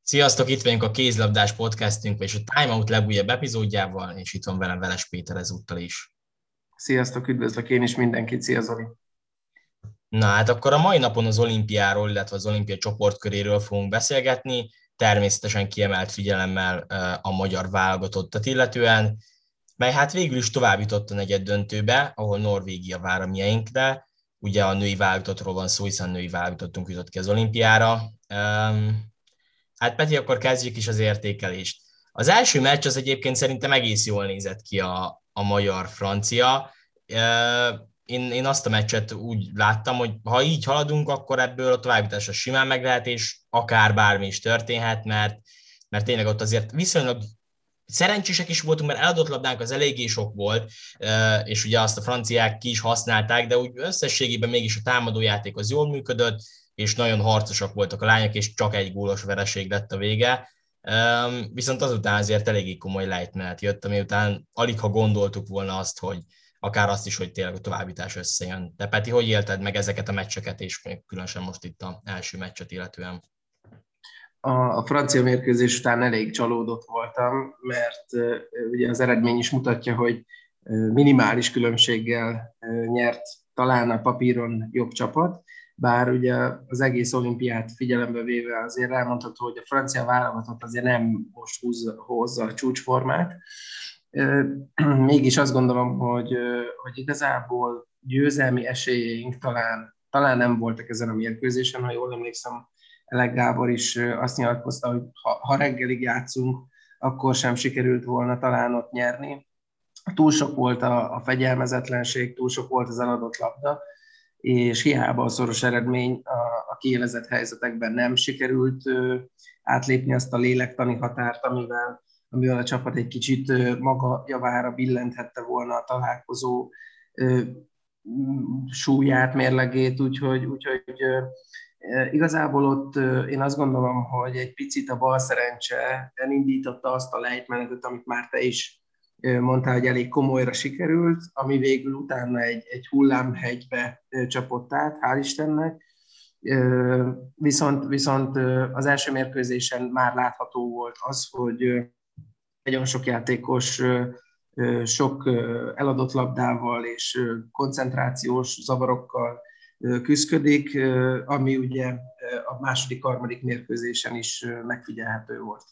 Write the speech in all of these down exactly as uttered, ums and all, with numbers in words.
Sziasztok, itt vagyunk a Kézlabdás podcastünk, és a Time Out legújabb epizódjával, és itt van velem Veles Péter ezúttal is. Sziasztok, üdvözlök én is mindenkit, szia Zoli! Na hát akkor a mai napon az olimpiáról, illetve az olimpia csoportköréről fogunk beszélgetni, természetesen kiemelt figyelemmel a magyar válogatottat illetően, mely hát végül is tovább jutott a negyed döntőbe, ahol Norvégia vár a mieinkre. Ugye a női válogatottról van szó, hiszen női válogatottunk jutott ki az olimpiára. Hát Peti, akkor kezdjük is az értékelést. Az első meccs az egyébként szerintem egész jól nézett ki a, a magyar-francia. Én, én azt a meccset úgy láttam, hogy ha így haladunk, akkor ebből a továbbjutásra simán meg lehet, és akár bármi is történhet, mert, mert tényleg ott azért viszonylag szerencsések is voltunk, mert eladott labdánk az eléggé sok volt, és ugye azt a franciák ki is használták, de úgy összességében mégis a támadójáték az jól működött, és nagyon harcosak voltak a lányok, és csak egy gólos vereség lett a vége. Viszont azután azért eléggé komoly lejtmenet jött, ami után alig ha gondoltuk volna azt, hogy akár azt is, hogy tényleg a továbbítás összejön. De Peti, hogy élted meg ezeket a meccseket, és különösen most itt az első meccset illetően? A, a francia mérkőzés után elég csalódott voltam, mert uh, ugye az eredmény is mutatja, hogy uh, minimális különbséggel uh, nyert talán a papíron jobb csapat, bár ugye az egész olimpiát figyelembe véve azért elmondható, hogy a francia válogatott azért nem most húzza, hozza a csúcsformát. Uh, mégis azt gondolom, hogy, uh, hogy igazából győzelmi esélyeink talán, talán nem voltak ezen a mérkőzésen, ha jól emlékszem, Elek Gábor is azt nyilatkozta, hogy ha, ha reggelig játszunk, akkor sem sikerült volna talán ott nyerni. Túl sok volt a, a fegyelmezetlenség, túl sok volt az eladott labda, és hiába a szoros eredmény a, a kiélezett helyzetekben nem sikerült ö, átlépni azt a lélektani határt, amivel, amivel a csapat egy kicsit ö, maga javára billenthette volna a találkozó ö, súlyát, mérlegét, úgyhogy, úgyhogy ö, Igazából ott én azt gondolom, hogy egy picit a bal szerencse elindította azt a lejtmenetet, amit már te is mondtál, hogy elég komolyra sikerült, ami végül utána egy, egy hullámhegybe csapott át, hál' Istennek. Viszont, viszont az első mérkőzésen már látható volt az, hogy nagyon sok játékos sok eladott labdával és koncentrációs zavarokkal küszködik, ami ugye a második, harmadik mérkőzésen is megfigyelhető volt.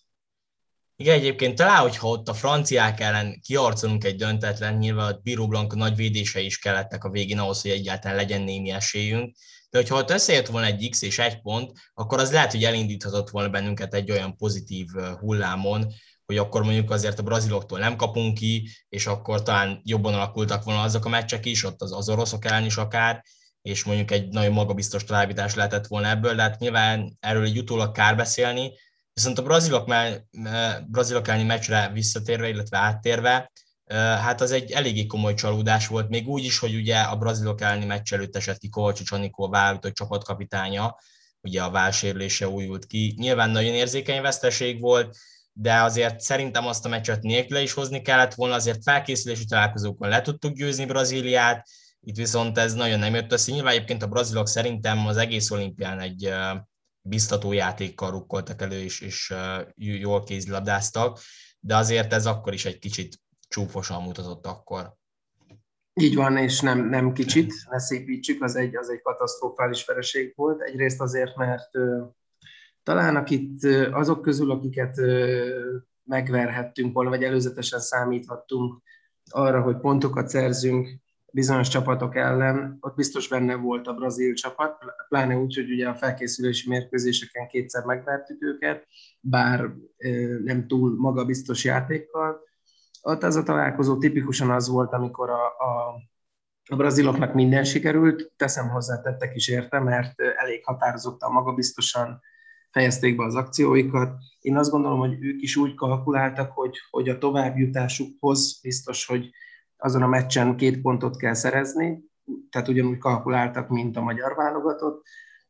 Igen, egyébként talán, hogyha ott a franciák ellen kiarcolunk egy döntetlen, nyilván a Bíró Blanka nagy védései is kellettek a végén ahhoz, hogy egyáltalán legyen némi esélyünk, de hogyha ott összejött volna egy X és egy pont, akkor az lehet, hogy elindíthatott volna bennünket egy olyan pozitív hullámon, hogy akkor mondjuk azért a braziloktól nem kapunk ki, és akkor talán jobban alakultak volna azok a meccsek is, ott az, az oroszok ellen is akár, és mondjuk egy nagyon magabiztos továbbítás lehetett volna ebből, de hát nyilván erről egy utólag kár beszélni. Viszont a brazilok, brazilok elleni meccsre visszatérve, illetve áttérve, hát az egy eléggé komoly csalódás volt, még úgy is, hogy ugye a brazilok elleni meccs előtt esett ki Kovácsics Anikó, a válogatott csapatkapitánya, ugye a válsérülése újult ki. Nyilván nagyon érzékeny veszteség volt, de azért szerintem azt a meccset nélküle is hozni kellett volna, azért felkészülési találkozókon le tudtuk győzni Brazíliát, itt viszont ez nagyon nem jött össze. Nyilván egyébként a brazilok szerintem az egész olimpián egy biztató játékkal rukkoltak elő, és, és jól kézilabdáztak, de azért ez akkor is egy kicsit csúfosan mutatott akkor. Így van, és nem, nem kicsit, ne szépítsük, az egy, az egy katasztrofális vereség volt. Egyrészt azért, mert ö, talán akit, ö, azok közül, akiket ö, megverhettünk volna, vagy előzetesen számíthattunk arra, hogy pontokat szerzünk bizonyos csapatok ellen, ott biztos benne volt a brazil csapat, pláne úgy, hogy ugye a felkészülési mérkőzéseken kétszer megvertük őket, bár ö, nem túl magabiztos játékkal. Ott az a találkozó tipikusan az volt, amikor a, a, a braziloknak minden sikerült, teszem hozzá, tettek is érte, mert elég határozottan, magabiztosan fejezték be az akcióikat. Én azt gondolom, hogy ők is úgy kalkuláltak, hogy, hogy a továbbjutásukhoz biztos, hogy azon a meccsen két pontot kell szerezni, tehát ugyanúgy kalkuláltak, mint a magyar válogatott.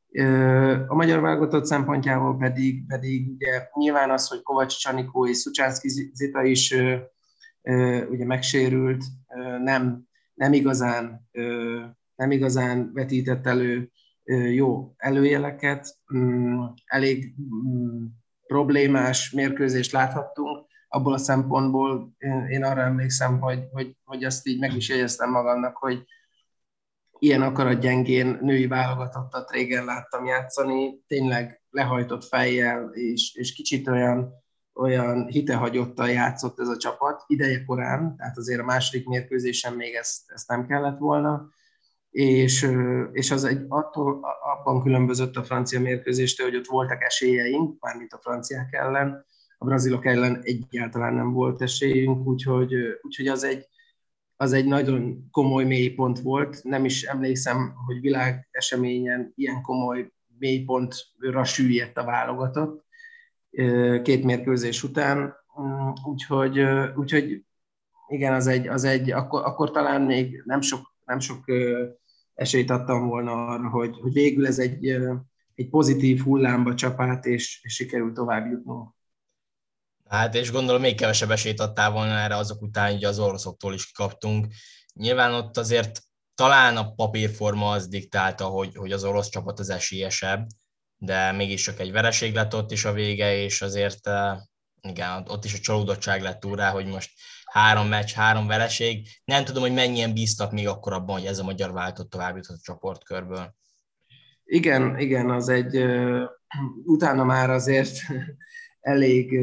A magyar válogatott szempontjából pedig, pedig ugye nyilván az, hogy Kovácsics Anikó és Szucsánszky Zita is ugye megsérült, nem, nem, igazán, nem igazán vetített elő jó előjeleket, elég problémás mérkőzést láthattunk. Abból a szempontból én arra emlékszem, hogy, hogy, hogy azt így meg is jegyeztem magamnak, hogy ilyen akaratgyengén női válogatottat régen láttam játszani, tényleg lehajtott fejjel, és, és kicsit olyan, olyan hitehagyottan játszott ez a csapat ideje korán, tehát azért a második mérkőzésen még ezt, ezt nem kellett volna, és, és az egy, attól, abban különbözött a francia mérkőzéstől, hogy ott voltak esélyeink, mármint a franciák ellen, a brazilok ellen egyáltalán nem volt esélyünk, úgyhogy, úgyhogy az egy az egy nagyon komoly mélypont volt. Nem is emlékszem, hogy világeseményen ilyen komoly mélypontra süllyedt a válogatott két mérkőzés után. Úgyhogy, úgyhogy igen, az egy, az egy akkor, akkor talán még nem sok, nem sok esélyt adtam volna arra, hogy, hogy végül ez egy, egy pozitív hullámba csapát, és, és sikerült tovább jutnunk. Hát és gondolom még kevesebb esélyt adtál volna erre azok után, hogy az oroszoktól is kikaptunk. Nyilván ott azért talán a papírforma az diktálta, hogy, hogy az orosz csapat az esélyesebb, de mégis csak egy vereség lett ott is a vége, és azért igen, ott is a csalódottság lett túl rá, hogy most három meccs, három vereség. Nem tudom, hogy mennyien bíztak még akkor abban, hogy ez a magyar válogatott tovább jutott a csoportkörből. Igen, igen, az egy, uh, utána már azért elég,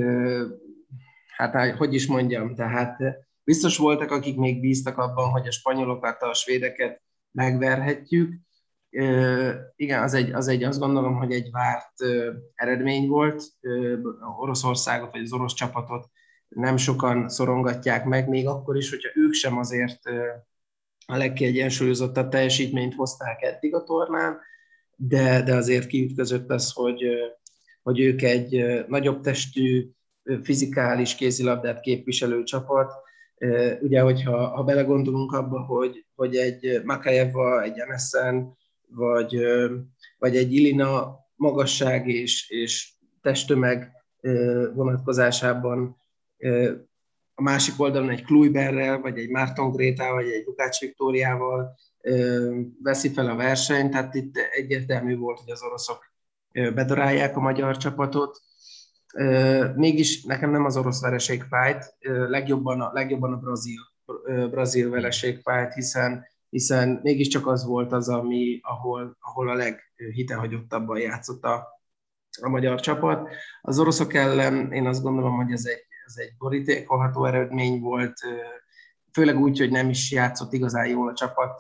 hát hogy is mondjam, tehát biztos voltak, akik még bíztak abban, hogy a spanyolokat, a svédeket megverhetjük. Igen, az egy, az egy, azt gondolom, hogy egy várt eredmény volt. Oroszországot, vagy az orosz csapatot nem sokan szorongatják meg, még akkor is, hogyha ők sem azért a legkiegyensúlyozottabb teljesítményt hozták eddig a tornán, de, de azért kiütközött az, hogy hogy ők egy nagyobb testű, fizikális kézilabdát képviselő csapat. Ugye, hogyha ha belegondolunk abba, hogy, hogy egy Makajeva, egy Eneszen, vagy, vagy egy Ilina magasság és, és testtömeg vonatkozásában a másik oldalon egy Kluiberrel, vagy egy Márton Grétával, vagy egy Lukács Viktóriával veszi fel a versenyt, tehát itt egyértelmű volt, hogy az oroszok bedarálják a magyar csapatot. Mégis nekem nem az orosz vereség fájt, legjobban a, legjobban a brazil, brazil vereség fájt, hiszen, hiszen mégiscsak az volt az, ami, ahol, ahol a leghitehagyottabban játszott a, a magyar csapat. Az oroszok ellen én azt gondolom, hogy ez egy, ez egy borítékolható eredmény volt, főleg úgy, hogy nem is játszott igazán jól a csapat,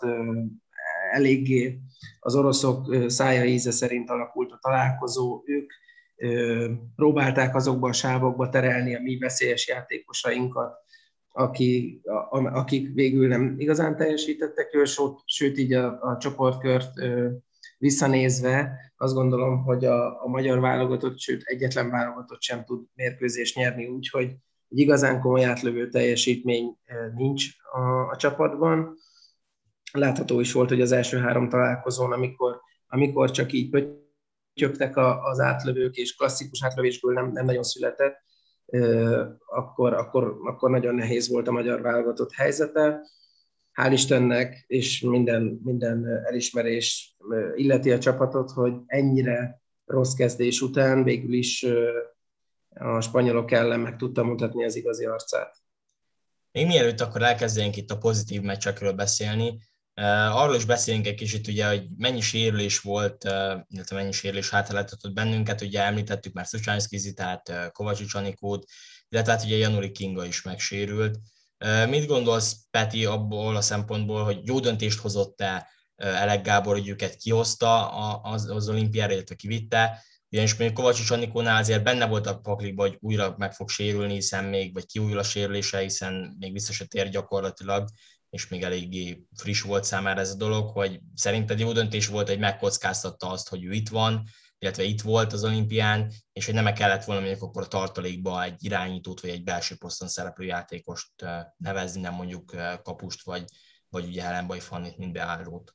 eléggé az oroszok szája íze szerint alakult a találkozó, ők próbálták azokba a sávokba terelni a mi veszélyes játékosainkat, akik, akik végül nem igazán teljesítettek jól, sőt így a, a csoportkört visszanézve azt gondolom, hogy a, a magyar válogatott, sőt egyetlen válogatott sem tud mérkőzést nyerni, úgyhogy egy igazán komoly átlövő teljesítmény nincs a, a csapatban. Látható is volt, hogy az első három találkozón, amikor, amikor csak így pöttyögtek az átlövők, és klasszikus átlövésből nem, nem nagyon született, akkor, akkor, akkor nagyon nehéz volt a magyar válogatott helyzete. Hál' Istennek, és minden, minden elismerés illeti a csapatot, hogy ennyire rossz kezdés után végül is a spanyolok ellen meg tudta mutatni az igazi arcát. Még mielőtt akkor elkezdenénk itt a pozitív meccsekről beszélni, arról is beszélünk egy kicsit, ugye, hogy mennyi sérülés volt, illetve mennyi sérülés hátráltatott bennünket, ugye említettük már Szucsánszky Zitát, Kovácsics Anikót, illetve hát ugye Januri Kinga is megsérült. Mit gondolsz, Peti, abból a szempontból, hogy jó döntést hozott-e Elek Gábor, hogy őket kihozta az, az olimpiára, illetve kivitte? Ugyanis mondjuk Kovácsics Anikónál azért benne volt a paklikban, hogy újra meg fog sérülni, hiszen még, vagy kiújul a sérülése, hiszen még vissza se tér gyakorlatilag, és még eléggé friss volt számára ez a dolog, hogy szerinted jó döntés volt, hogy megkockáztatta azt, hogy ő itt van, illetve itt volt az olimpián, és hogy nem kellett volna mondjuk akkor a tartalékba egy irányítót, vagy egy belső poszton szereplő játékost nevezni, nem mondjuk kapust, vagy, vagy ugye Helenbai Fannit, mint beállót.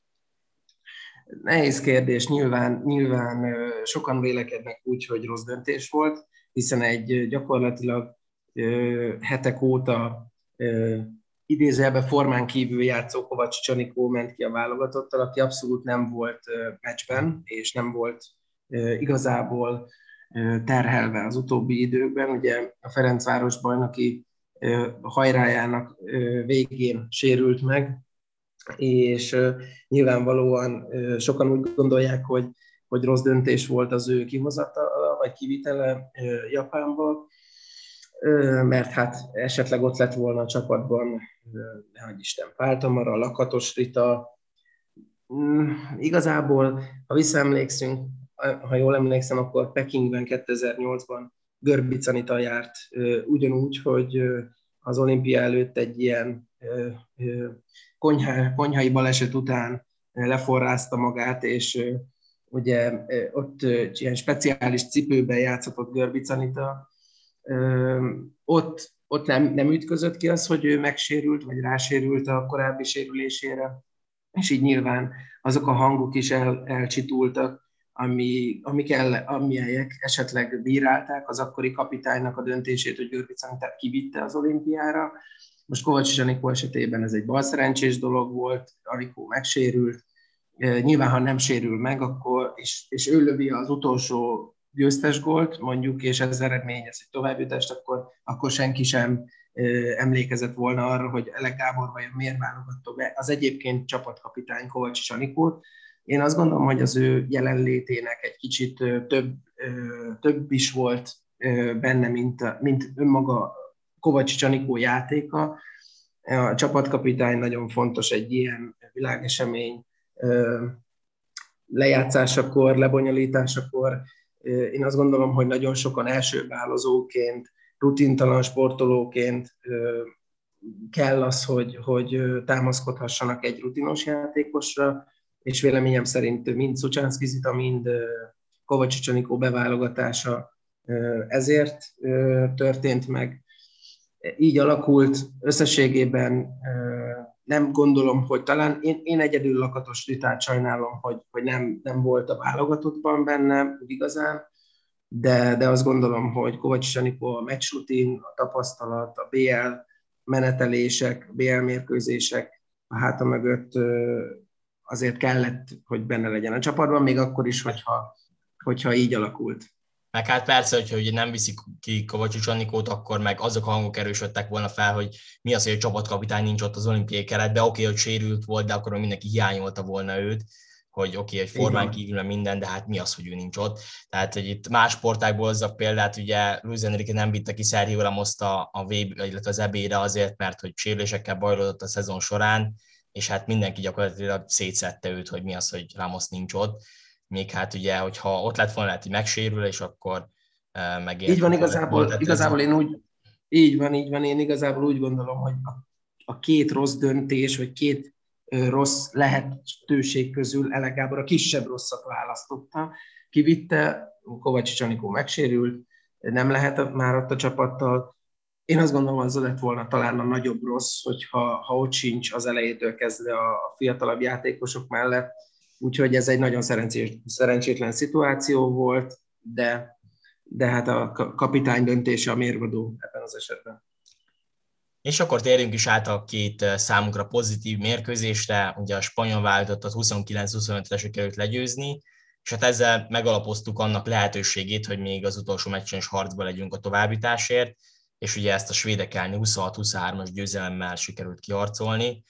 Nehéz kérdés, nyilván, nyilván sokan vélekednek úgy, hogy rossz döntés volt, hiszen egy gyakorlatilag hetek óta idézőjelben formán kívül játszó Kovácsics Anikó ment ki a válogatottal, aki abszolút nem volt meccsben, és nem volt igazából terhelve az utóbbi időkben. Ugye a Ferencváros bajnoki hajrájának végén sérült meg, és nyilvánvalóan sokan úgy gondolják, hogy, hogy rossz döntés volt az ő kihozatala, vagy kivitele Japánba, mert hát esetleg ott lett volna a csapatban, nehogy Isten, Pál Tamara, Lakatos Rita. Igazából, ha visszaemlékszünk, ha jól emlékszem, akkor Pekingben kétezer-nyolcban Görbic Anita járt ugyanúgy, hogy az olimpia előtt egy ilyen konyha, konyhai baleset után leforrázta magát, és ugye ott ilyen speciális cipőben játszhatott Görbic Anita. Ott, ott nem, nem ütközött ki az, hogy ő megsérült, vagy rásérült a korábbi sérülésére, és így nyilván azok a hangok is el, elcsitultak, ami, amik el, amelyek esetleg bírálták az akkori kapitánynak a döntését, hogy Görbic Anitát kivitte az olimpiára. Most Kovács Anikó esetében ez egy balszerencsés dolog volt, Anikó megsérült. Nyilván, ha nem sérül meg, akkor, és, és ő lövi az utolsó győztes gólt, mondjuk, és ez eredményez egy továbbjutást, akkor, akkor senki sem emlékezett volna arra, hogy Elek Gábor vajon miért válogatta be az egyébként csapatkapitány Kovács Anikót. Én azt gondolom, hogy az ő jelenlétének egy kicsit több, több is volt benne, mint, mint önmaga Kovács Anikó játéka. A csapatkapitány nagyon fontos egy ilyen világesemény lejátszásakor, lebonyolításakor. Én azt gondolom, hogy nagyon sokan elsőbálozóként, rutintalan sportolóként kell az, hogy, hogy támaszkodhassanak egy rutinos játékosra, és véleményem szerint mind Szucsánszky Zita, mind Kovács Anikó beválogatása ezért történt meg. Így alakult összességében. Nem gondolom, hogy talán én, én egyedül Lakatos Ritát sajnálom, hogy, hogy nem, nem volt a válogatottban benne igazán, de, de azt gondolom, hogy Kovács Anikó a meccsrutin, a tapasztalat, a bé el menetelések, bé el mérkőzések a háta mögött azért kellett, hogy benne legyen a csapatban, még akkor is, hogyha, hogyha így alakult. Meg hát persze, hogyha ugye nem viszik ki Kovács Anikót, akkor meg azok a hangok erősödtek volna fel, hogy mi az, hogy a csapatkapitány nincs ott az olimpiai keretben. Oké, okay, hogy sérült volt, de akkor mindenki hiányolta volna őt, hogy oké, okay, hogy formán kívül minden, de hát mi az, hogy ő nincs ott. Tehát, hogy itt más sportákból hozzak példát, ugye Luis Enrique nem vitte ki Sergio Ramoszt a, a vé bé, illetve az é bé-re azért, mert hogy sérülésekkel bajlódott a szezon során, és hát mindenki gyakorlatilag szétszedte őt, hogy mi az, hogy Ramos nincs ott. Még hát ugye, hogyha ott lett volna, lehet, hogy megsérül, és akkor uh, megért. Így van, igazából, igazából én úgy, így van, így van, én igazából úgy gondolom, hogy a, a két rossz döntés, vagy két ö, rossz lehetőség közül Elek Gábor a kisebb rosszat választotta. Kivitte, Kovács Anikó megsérült, nem lehet már ott a csapattal. Én azt gondolom, az lett volna talán a nagyobb rossz, hogyha ha ott sincs az elejétől kezdve a, a fiatalabb játékosok mellett. Úgyhogy ez egy nagyon szerencsés, szerencsétlen szituáció volt, de, de hát a kapitány döntése a mérvadó ebben az esetben. És akkor térjünk is át a két számunkra pozitív mérkőzésre. Ugye a spanyol válogatottat huszonkilenc huszonötre sikerült legyőzni, és hát ezzel megalapoztuk annak lehetőségét, hogy még az utolsó meccsen is harcba legyünk a továbbjutásért, és ugye ezt a svédek elleni huszonhat huszonhármas győzelemmel sikerült kiharcolni.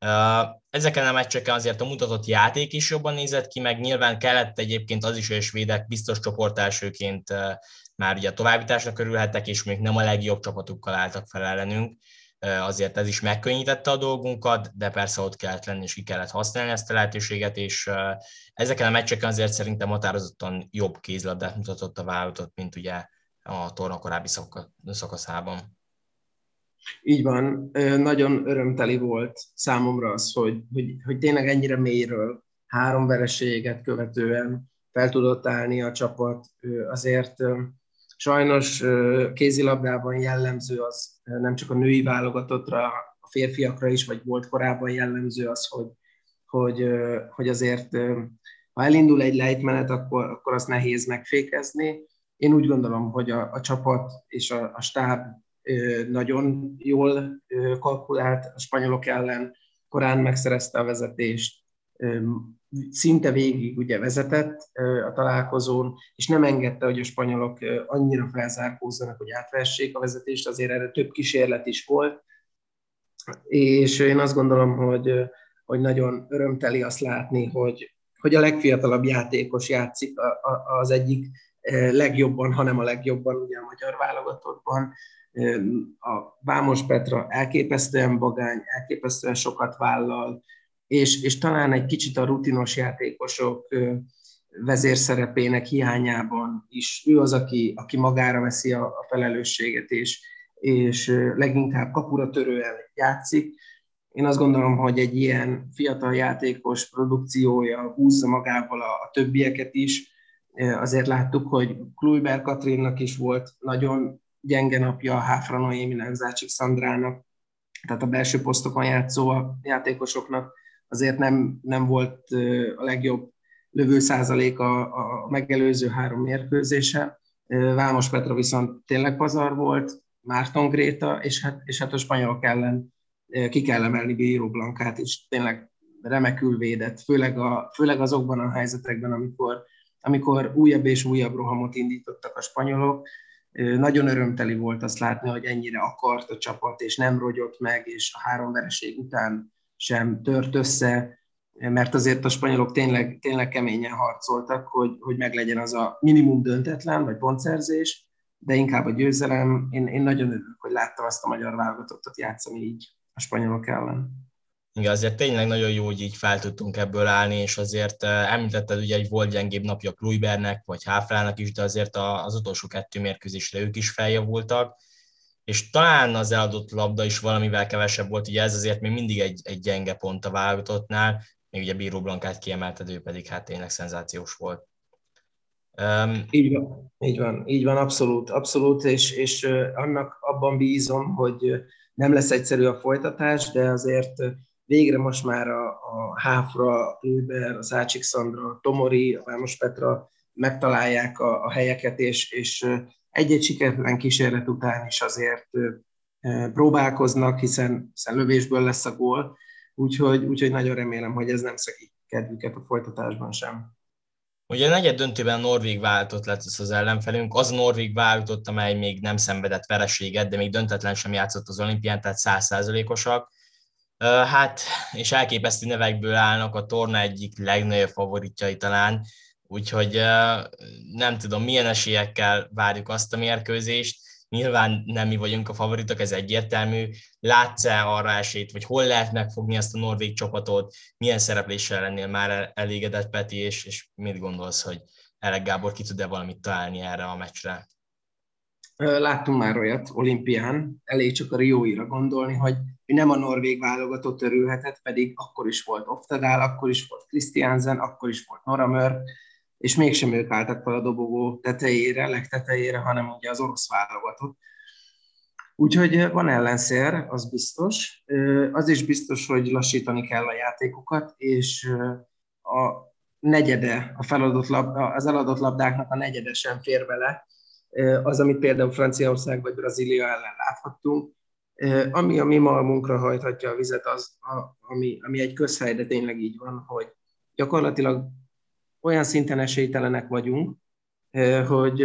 Ezeken a meccseken azért a mutatott játék is jobban nézett ki, meg nyilván kellett egyébként az is, hogy a svédek biztos csoportelsőként már ugye a továbbjutásnak örülhettek, és még nem a legjobb csapatukkal álltak fel ellenünk. Azért ez is megkönnyítette a dolgunkat, de persze ott kellett lenni, és ki kellett használni ezt a lehetőséget, és ezeken a meccseken azért szerintem határozottan jobb kézlabdát mutatott a válogatott, mint ugye a torna korábbi szakaszában. Így van, nagyon örömteli volt számomra az, hogy, hogy, hogy tényleg ennyire mélyről három vereséget követően fel tudott állni a csapat. Azért sajnos kézilabdában jellemző az, nem csak a női válogatottra, a férfiakra is, vagy volt korábban jellemző az, hogy, hogy, hogy azért ha elindul egy lejtmenet, akkor, akkor azt nehéz megfékezni. Én úgy gondolom, hogy a, a csapat és a, a stáb nagyon jól kalkulált a spanyolok ellen, korán megszerezte a vezetést, szinte végig ugye vezetett a találkozón, és nem engedte, hogy a spanyolok annyira felzárkózzanak, hogy átvessék a vezetést, azért erre több kísérlet is volt, és én azt gondolom, hogy, hogy nagyon örömteli azt látni, hogy, hogy a legfiatalabb játékos játszik az egyik legjobban, hanem a legjobban ugye a magyar válogatottban. A Vámos Petra elképesztően vagány, elképesztően sokat vállal, és, és talán egy kicsit a rutinos játékosok vezérszerepének hiányában is ő az, aki, aki magára veszi a, a felelősséget, és, és leginkább kapura törően játszik. Én azt gondolom, hogy egy ilyen fiatal játékos produkciója húzza magával a, a többieket is. Azért láttuk, hogy Kluivert Katrinnak is volt nagyon gyenge napja, Háfra Noéminek, Zácsik Szandrának, tehát a belső posztokon játszó játékosoknak azért nem, nem volt a legjobb lövőszázalék a, a megelőző három mérkőzése. Vámos Petra viszont tényleg pazar volt, Márton Gréta, és hát, és hát a spanyolok ellen ki kell emelni Bíró Blancát, és tényleg remekül védett, főleg, a, főleg azokban a helyzetekben, amikor, amikor újabb és újabb rohamot indítottak a spanyolok. Nagyon örömteli volt azt látni, hogy ennyire akart a csapat, és nem rogyott meg, és a három vereség után sem tört össze, mert azért a spanyolok tényleg, tényleg keményen harcoltak, hogy, hogy meglegyen az a minimum döntetlen, vagy pontszerzés, de inkább a győzelem. Én, én nagyon örülök, hogy láttam azt a magyar válogatottat játszani így a spanyolok ellen. Igen, azért tényleg nagyon jó, hogy így fel tudtunk ebből állni, és azért említetted ugye, hogy volt gyengébb napja Kluivertnek, vagy Háfrának is, de azért az utolsó kettő mérkőzésre ők is feljavultak, és talán az eladott labda is valamivel kevesebb volt, ugye ez azért még mindig egy, egy gyenge pont a válogatottnál, még ugye Bíró Blancát kiemelted, ő pedig hát tényleg szenzációs volt. Um, így van, így van, így van, abszolút, abszolút, és, és annak abban bízom, hogy nem lesz egyszerű a folytatás, de azért végre most már a, a Háfra, a Kluivert, a Zácsik Szandra, a Tomori, a Vámos Petra megtalálják a, a helyeket, és, és egy-egy sikertelen kísérlet után is azért próbálkoznak, hiszen, hiszen lövésből lesz a gól, úgyhogy, úgyhogy nagyon remélem, hogy ez nem szakít kedvüket a folytatásban sem. Ugye a negyed döntőben a norvég válogatott lett az ellenfelünk, az a norvég válogatott, amely még nem szenvedett vereséget, de még döntetlen sem játszott az olimpián, tehát száz százalékosak. Hát, és elképesztő nevekből állnak, a torna egyik legnagyobb favoritjai talán, úgyhogy nem tudom, milyen esélyekkel várjuk azt a mérkőzést. Nyilván nem mi vagyunk a favoritok, ez egyértelmű. Látsz-e arra esélyt, vagy hol lehet megfogni azt a norvég csapatot? Milyen szerepléssel lennél már elégedett, Peti, és, és mit gondolsz, hogy Elek Gábor ki tud-e valamit találni erre a meccsre? Láttunk már olyat olimpián, elég csak a Rióira gondolni, hogy nem a norvég válogatott örülhetett, pedig akkor is volt Oftedal, akkor is volt Christiansen, akkor is volt Nora Mörk, és mégsem ők álltak fel a dobogó tetejére, legtetejére, hanem ugye az orosz válogatott. Úgyhogy van ellenszér, az biztos. Az is biztos, hogy lassítani kell a játékokat, és a negyede, a feladott labda, az eladott labdáknak a negyede sem fér bele, az, amit például Franciaország vagy Brazília ellen láthattunk. Ami a mi malmunkra hajthatja a vizet, az, ami, ami egy közhely, de tényleg így van, hogy gyakorlatilag olyan szinten esélytelenek vagyunk, hogy,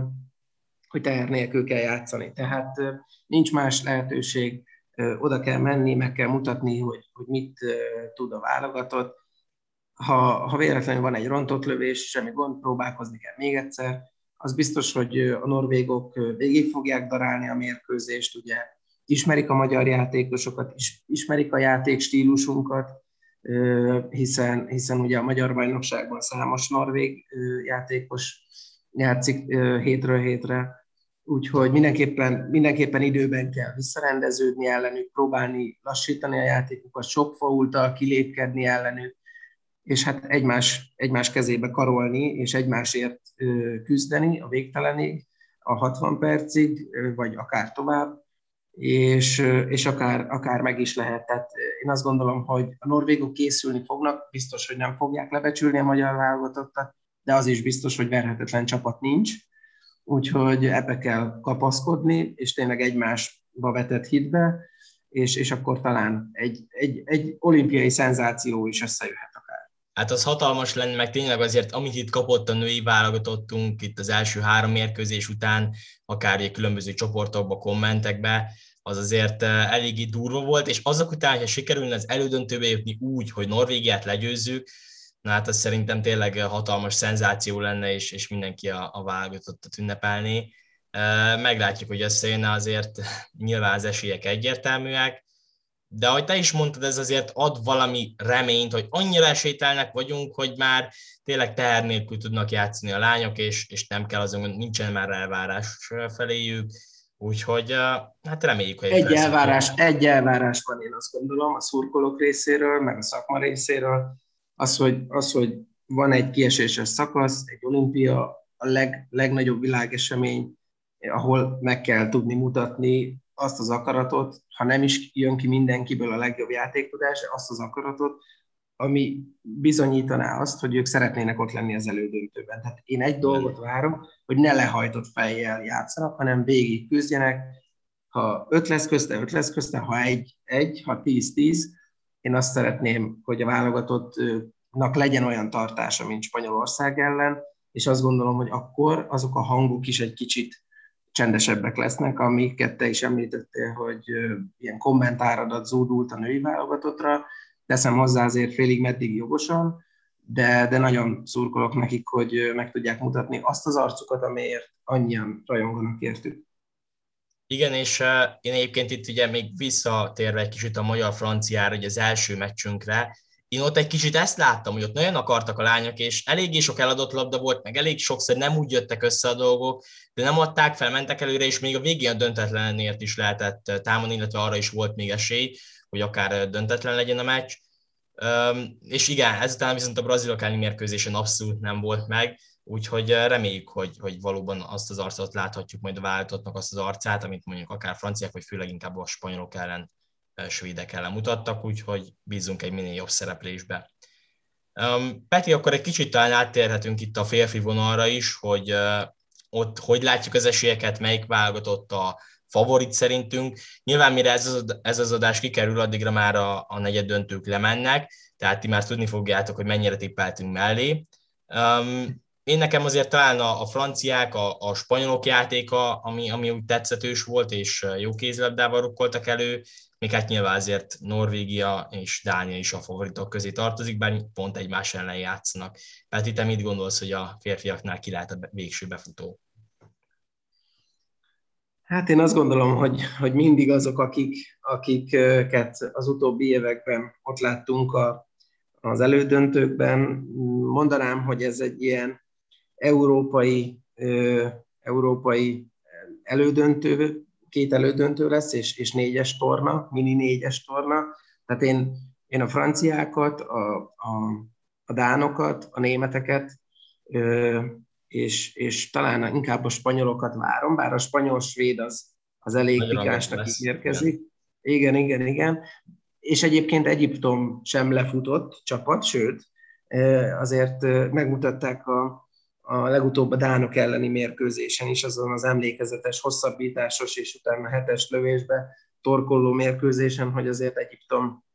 hogy teher nélkül kell játszani. Tehát nincs más lehetőség, oda kell menni, meg kell mutatni, hogy, hogy mit tud a válogatott. Ha, ha véletlenül van egy rontott lövés, semmi gond, próbálkozni kell még egyszer. Az biztos, hogy a norvégok végig fogják darálni a mérkőzést, ugye ismerik a magyar játékosokat, is, ismerik a játékstílusunkat, hiszen, hiszen ugye a magyar bajnokságban számos norvég játékos játszik hétről hétre, úgyhogy mindenképpen, mindenképpen időben kell visszarendeződni ellenük, próbálni lassítani a játékokat, sok faultal kilépkedni ellenük, és hát egymás, egymás kezébe karolni, és egymásért küzdeni a végtelenig, a hatvan percig, vagy akár tovább, és, és akár, akár meg is lehet. Tehát én azt gondolom, hogy a norvégok készülni fognak, biztos, hogy nem fogják lebecsülni a magyar válogatottat, de az is biztos, hogy verhetetlen csapat nincs, úgyhogy ebbe kell kapaszkodni, és tényleg egymásba vetett hitbe, és, és akkor talán egy, egy, egy olimpiai szenzáció is összejöhet akár. Hát az hatalmas lenne, meg tényleg azért, amit itt kapott a női válogatottunk itt az első három mérkőzés után, akár egy különböző csoportokba, kommentekbe, az azért eléggé durva volt, és azok után, ha sikerülne az elődöntőbe jutni úgy, hogy Norvégiát legyőzzük, na hát az szerintem tényleg hatalmas szenzáció lenne, és, és mindenki a, a válogatottat ünnepelné. Meglátjuk, hogy összejönne, azért nyilván az esélyek egyértelműek, de ahogy te is mondtad, ez azért ad valami reményt, hogy annyira esélytelnek vagyunk, hogy már tényleg teher nélkül tudnak játszani a lányok, és, és nem kell azon, nincsen már elvárás feléjük, úgyhogy hát reméljük, hogy Egy elvárás, egy elvárás van, én azt gondolom, a szurkolók részéről, meg a szakma részéről, az, hogy, az, hogy van egy kieséses szakasz, egy olimpia, a leg, legnagyobb világesemény, ahol meg kell tudni mutatni azt az akaratot, ha nem is jön ki mindenkiből a legjobb játéktudás, de azt az akaratot, ami bizonyítaná azt, hogy ők szeretnének ott lenni az elődöntőben. Tehát én egy dolgot várom, hogy ne lehajtott fejjel játszanak, hanem végig küzdjenek. Ha öt lesz közte, öt lesz közte, ha egy, egy, ha tíz, tíz. Én azt szeretném, hogy a válogatottnak legyen olyan tartása, mint Spanyolország ellen, és azt gondolom, hogy akkor azok a hangok is egy kicsit csendesebbek lesznek, amiket te is említettél, hogy ilyen kommentáradat zúdult a női válogatottra, teszem hozzá azért félig meddig jogosan, de, de nagyon szurkolok nekik, hogy meg tudják mutatni azt az arcukat, amiért annyian rajonganak értük. Igen, és uh, én egyébként itt ugye még visszatérve egy kicsit a magyar-franciára, hogy az első meccsünkre, én ott egy kicsit ezt láttam, hogy ott nagyon akartak a lányok, és eléggé sok eladott labda volt, meg elég sokszor nem úgy jöttek össze a dolgok, de nem adták fel, mentek előre, és még a végén a döntetlenért is lehetett támadni, illetve arra is volt még esély, hogy akár döntetlen legyen a meccs. Um, és igen, ezután viszont a brazilok elleni mérkőzésen abszolút nem volt meg, úgyhogy reméljük, hogy, hogy valóban azt az arcot láthatjuk majd a válogatottnak, azt az arcát, amit mondjuk akár franciák, vagy főleg inkább a spanyolok ellen, svédek ellen mutattak, úgyhogy bízunk egy minél jobb szereplésbe. Um, Peti, akkor egy kicsit talán áttérhetünk itt a férfi vonalra is, hogy uh, ott hogy látjuk az esélyeket, melyik válogatott a favorit szerintünk. Nyilván mire ez az, ez az adás kikerül, addigra már a, a negyed döntők lemennek, tehát ti már tudni fogjátok, hogy mennyire tippeltünk mellé. Um, én nekem azért talán a, a franciák, a, a spanyolok játéka, ami, ami úgy tetszetős volt, és jó kézilabdával rukkoltak elő, még hát nyilván azért Norvégia és Dánia is a favoritok közé tartozik, bár pont egymás ellen játszanak. Peti, te mit gondolsz, hogy a férfiaknál ki lehet a végső befutó? Hát én azt gondolom, hogy, hogy mindig azok, akik, akiket az utóbbi években ott láttunk a, az elődöntőkben, mondanám, hogy ez egy ilyen európai, ö, európai elődöntő, két elődöntő lesz, és, és négyes torna, mini négyes torna. Tehát én, én a franciákat, a, a, a dánokat, a németeket, ö, és, és talán inkább a spanyolokat várom, bár a spanyol-svéd az, az elég pikánsnak ígérkezik. Igen, igen, igen. És egyébként Egyiptom sem lefutott csapat, sőt, azért megmutatták a, a legutóbb a dánok elleni mérkőzésen is, azon az emlékezetes, hosszabbításos és utána hetes lövésbe torkolló mérkőzésen, hogy azért Egyiptom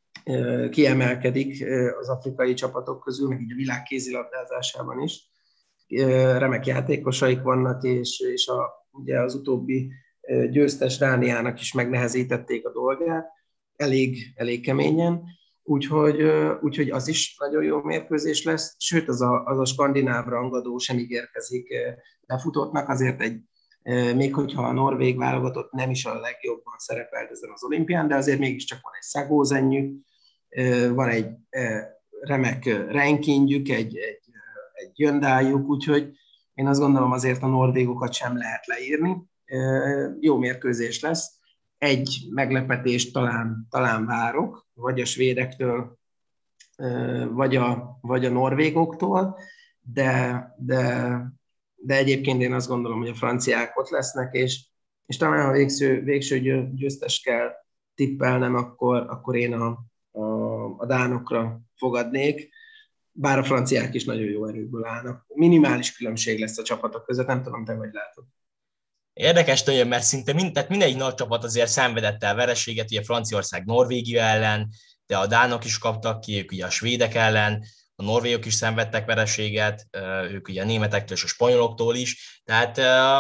kiemelkedik az afrikai csapatok közül, meg így a világ kézilabdázásában is. Remek játékosaik vannak, és, és a, ugye az utóbbi győztes Dániának is megnehezítették a dolgát, elég, elég keményen, úgyhogy, úgyhogy az is nagyon jó mérkőzés lesz, sőt az a, az a skandináv rangadó sem ígérkezik lefutottnak, azért egy, még hogyha a norvég válogatott nem is a legjobban szerepelt ezen az olimpián, de azért mégiscsak van egy szagózennyük, van egy remek rankingjuk, egy, egy, egy jöndájuk, úgyhogy én azt gondolom azért a norvégokat sem lehet leírni. Jó mérkőzés lesz. Egy meglepetést talán, talán várok, vagy a svédektől, vagy a, vagy a norvégoktól, de, de, de egyébként én azt gondolom, hogy a franciák ott lesznek, és, és talán ha végső, végső győztes kell tippelnem, akkor, akkor én a, a, a dánokra fogadnék, bár a franciák is nagyon jó erőből állnak. Minimális különbség lesz a csapatok között, nem tudom, te hogy látod. Érdekes nagyon, mert szinte mind, tehát mindegy nagy csapat azért szenvedett el vereséget, ugye Franciaország Norvégia ellen, de a dánok is kaptak ki, ők ugye a svédek ellen, a norvégok is szenvedtek vereséget, ők ugye a németektől és a spanyoloktól is, tehát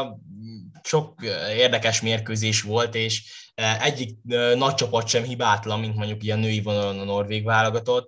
sok érdekes mérkőzés volt, és egyik nagy csapat sem hibátlan, mint mondjuk ugye a női vonalon a norvég válogatott.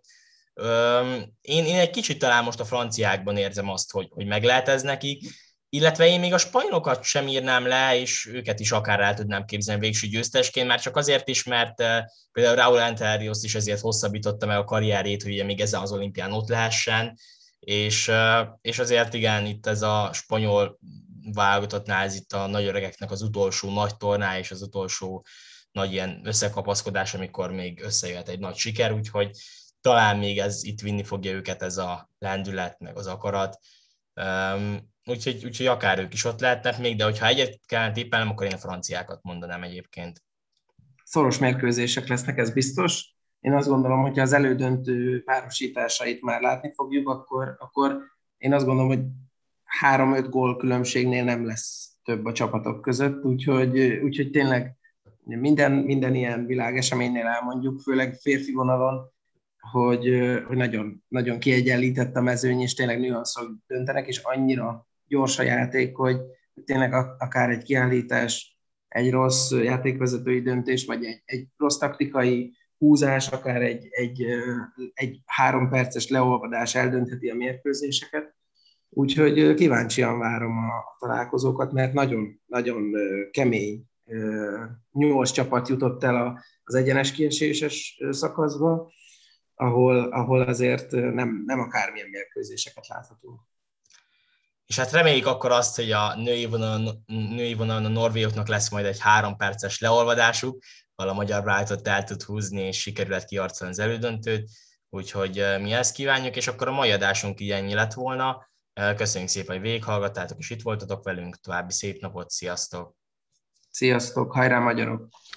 Én, én egy kicsit talán most a franciákban érzem azt, hogy, hogy meg lehet ez nekik, illetve én még a spanyolokat sem írnám le, és őket is akár el tudnám képzelni végső győztesként, már csak azért is, mert például Raúl Anterios is ezért hosszabbította meg a karrierét, hogy ugye még ezen az olimpián ott lehessen, és, és azért igen, itt ez a spanyol válogatottnál ez itt a nagy öregeknek az utolsó nagy tornája, és az utolsó nagy ilyen összekapaszkodás, amikor még összejöhet egy nagy siker, úgyhogy talán még ez itt vinni fogja őket ez a lendület, meg az akarat. Um, úgyhogy, úgyhogy akár ők is ott lehetnek még, de hogyha egyet kellene tippelnem, akkor én a franciákat mondanám egyébként. Szoros mérkőzések lesznek, ez biztos. Én azt gondolom, hogy ha az elődöntő párosításait már látni fogjuk, akkor, akkor én azt gondolom, hogy három-öt gól különbségnél nem lesz több a csapatok között, úgyhogy, úgyhogy tényleg minden, minden ilyen világeseménynél elmondjuk, főleg férfi vonalon, hogy, hogy nagyon, nagyon kiegyenlített a mezőny, és tényleg nüanszok döntenek, és annyira gyors a játék, hogy tényleg akár egy kiállítás, egy rossz játékvezetői döntés, vagy egy, egy rossz taktikai húzás, akár egy, egy, egy három perces leolvadás eldöntheti a mérkőzéseket. Úgyhogy kíváncsian várom a találkozókat, mert nagyon, nagyon kemény nyolc csapat jutott el az egyenes kieséses szakaszba, ahol, ahol azért nem, nem akármilyen mérkőzéseket láthatunk. És hát reméljük akkor azt, hogy a női vonalon, női vonalon a norvégoknak lesz majd egy három perces leolvadásuk, ahol a magyar Brightot el tud húzni, és sikerült kiarcolni az elődöntőt, úgyhogy mi ezt kívánjuk, és akkor a mai adásunk így ennyi lett volna. Köszönjük szépen, hogy végighallgattátok, és itt voltatok velünk. További szép napot, sziasztok! Sziasztok, hajrá magyarok!